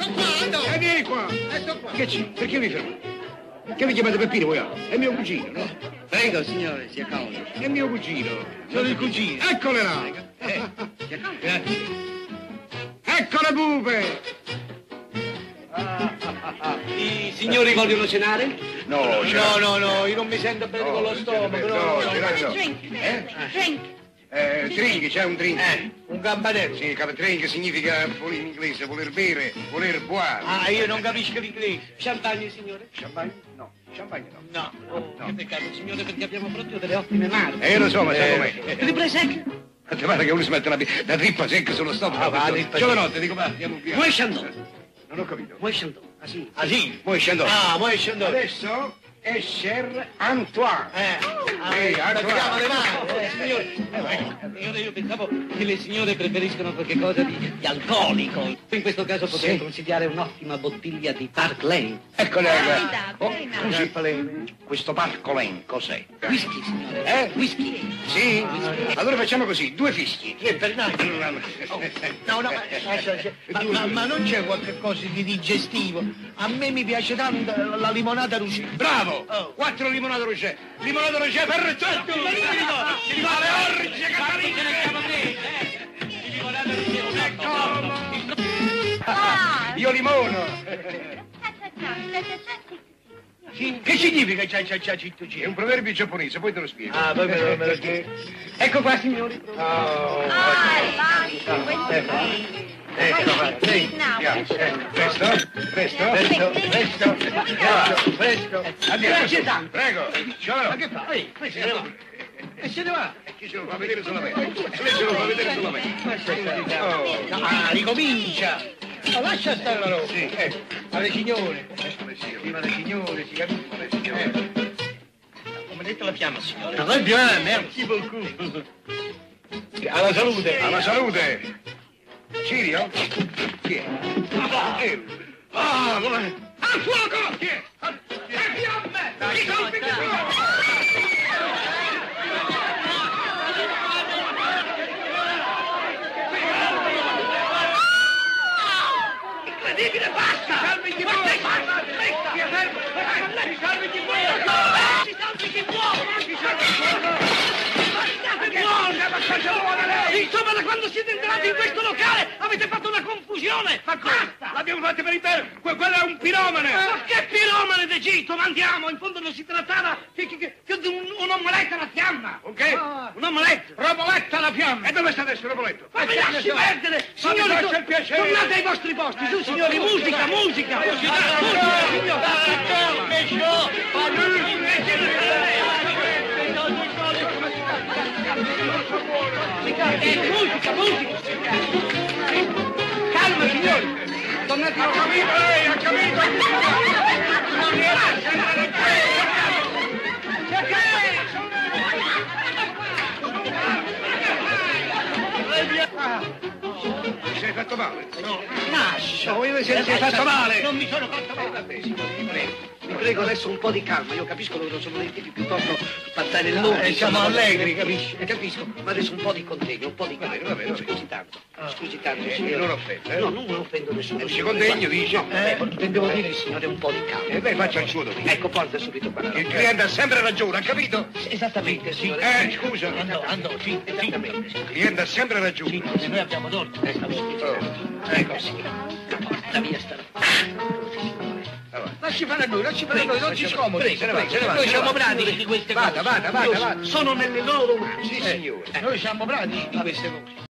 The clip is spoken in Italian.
Vieni qua! Sto qua. Che c'è? Perché mi fermate? Che mi chiamate Peppino voi? È mio cugino, no? Prego, signore, sia cauto. È mio cugino. Sono il cugino. Eccole là! Sia cauto. Grazie. Ecco le buche! I signori vogliono cenare? No, No, io non mi sento bene con lo stomaco. No, cenare no. Drink. Drink, c'è un drink. Un campanello. Sì, drink significa in inglese voler bere, voler buare. Ah, io non capisco l'inglese. Champagne, signore? Champagne? No, champagne no. No. Che peccato, signore, perché abbiamo proprio delle ottime marche. Io lo so, ma sai com'è? Triple sec? Ti pare che uno si mette la trippa secca sullo stomaco? va, trippa Giovanotte, dico, va, andiamo via. Moi Chandon. Non ho capito. Moi Chandon. Ah, sì. Ah, sì, poi scendo. Moi Chandon. Adesso è Cher Antoine. Chiama le mani. Signore. Signore, io pensavo che le signore preferiscono qualche cosa di alcolico. In questo caso potrei consigliare un'ottima bottiglia di Park Lane. Ecco lei. Very Scusi, questo Parco Lane cos'è? Whisky, signore. Whisky. Sì? Allora facciamo così, 2 fischi. No, ma non c'è qualche cosa di digestivo? A me mi piace tanto la limonata ruscì. Bravo! 4 limonate rosé. Limonata rosé per tutti! Alle orge catariche! Io limono! Che significa cia citto È un proverbio giapponese, poi te lo spiego. Ah, poi me lo spiego. Ecco qua, signori. Presto. Grazie tanto. Prego. Ma che fa? E se ne va. Chi ce lo fa vedere solamente? Lei ce lo fa vedere solamente. Ricomincia. Lascia stare la roba. Sì, Alle signore. Prima le signore, si capisce le signore. Come detto la fiamma, signore. Très bien, merci beaucoup. Alla salute. Alla salute. Cirio? Chi è? Al fuoco! Chi è? Le fiamme! I colpi di fuoco! Incredibile, basta! Salvi chi vuole! Stia fermo! Si salvi chi vuole! Si salvi chi vuole! Si salvi chi vuole! Insomma, da quando siete entrati in questo locale avete fatto una confusione! Ma basta! L'abbiamo fatto per intero! Quello è un piromane! Ma che piromane d'Egitto! Ma andiamo! In fondo non si trattava che di un'omeletta alla fiamma! Ok? Un'omeletta! Roboletta alla fiamma! E dove sta adesso Roboletto? Ma mi lasci perdere! Ma mi Signori, faccia il piacere! tornate ai vostri posti! Su, signori, musica! Musica, calma, signori! Tornate Ha capito lei, ha capito! Non mi lascia andare Ti sei fatto male? No, nascio! Io mi sei fatto male! Non mi sono fatto male! Vabbè, signore, vi prego. Vi prego adesso un po' di calma, io capisco loro sono dei tipi piuttosto pazzarelloni. Siamo allegri, capisci? Capisco, ma adesso un po' di contegno, un po' di calma. Va bene. Scusi tanto, signore. Non offendo, No, non offendo nessuno. Non ci contegno, dice. No, intendevo dire, signore, un po' di calma. E lei faccia il suo dovere. Ecco, porta subito qua. Il cliente ha sempre ragione, ha capito? Esattamente, signore. Scusa. Andò, sì, Il cliente ha sempre ragione. sì, noi abbiamo d'ordine. Ecco, signore. Porta via sta Lasci fare a noi, non ci scomodi. Se ne va, Noi siamo pratici di queste cose. Vada. Sono nelle loro mani. Sì, signore. Noi siamo pratici di queste cose.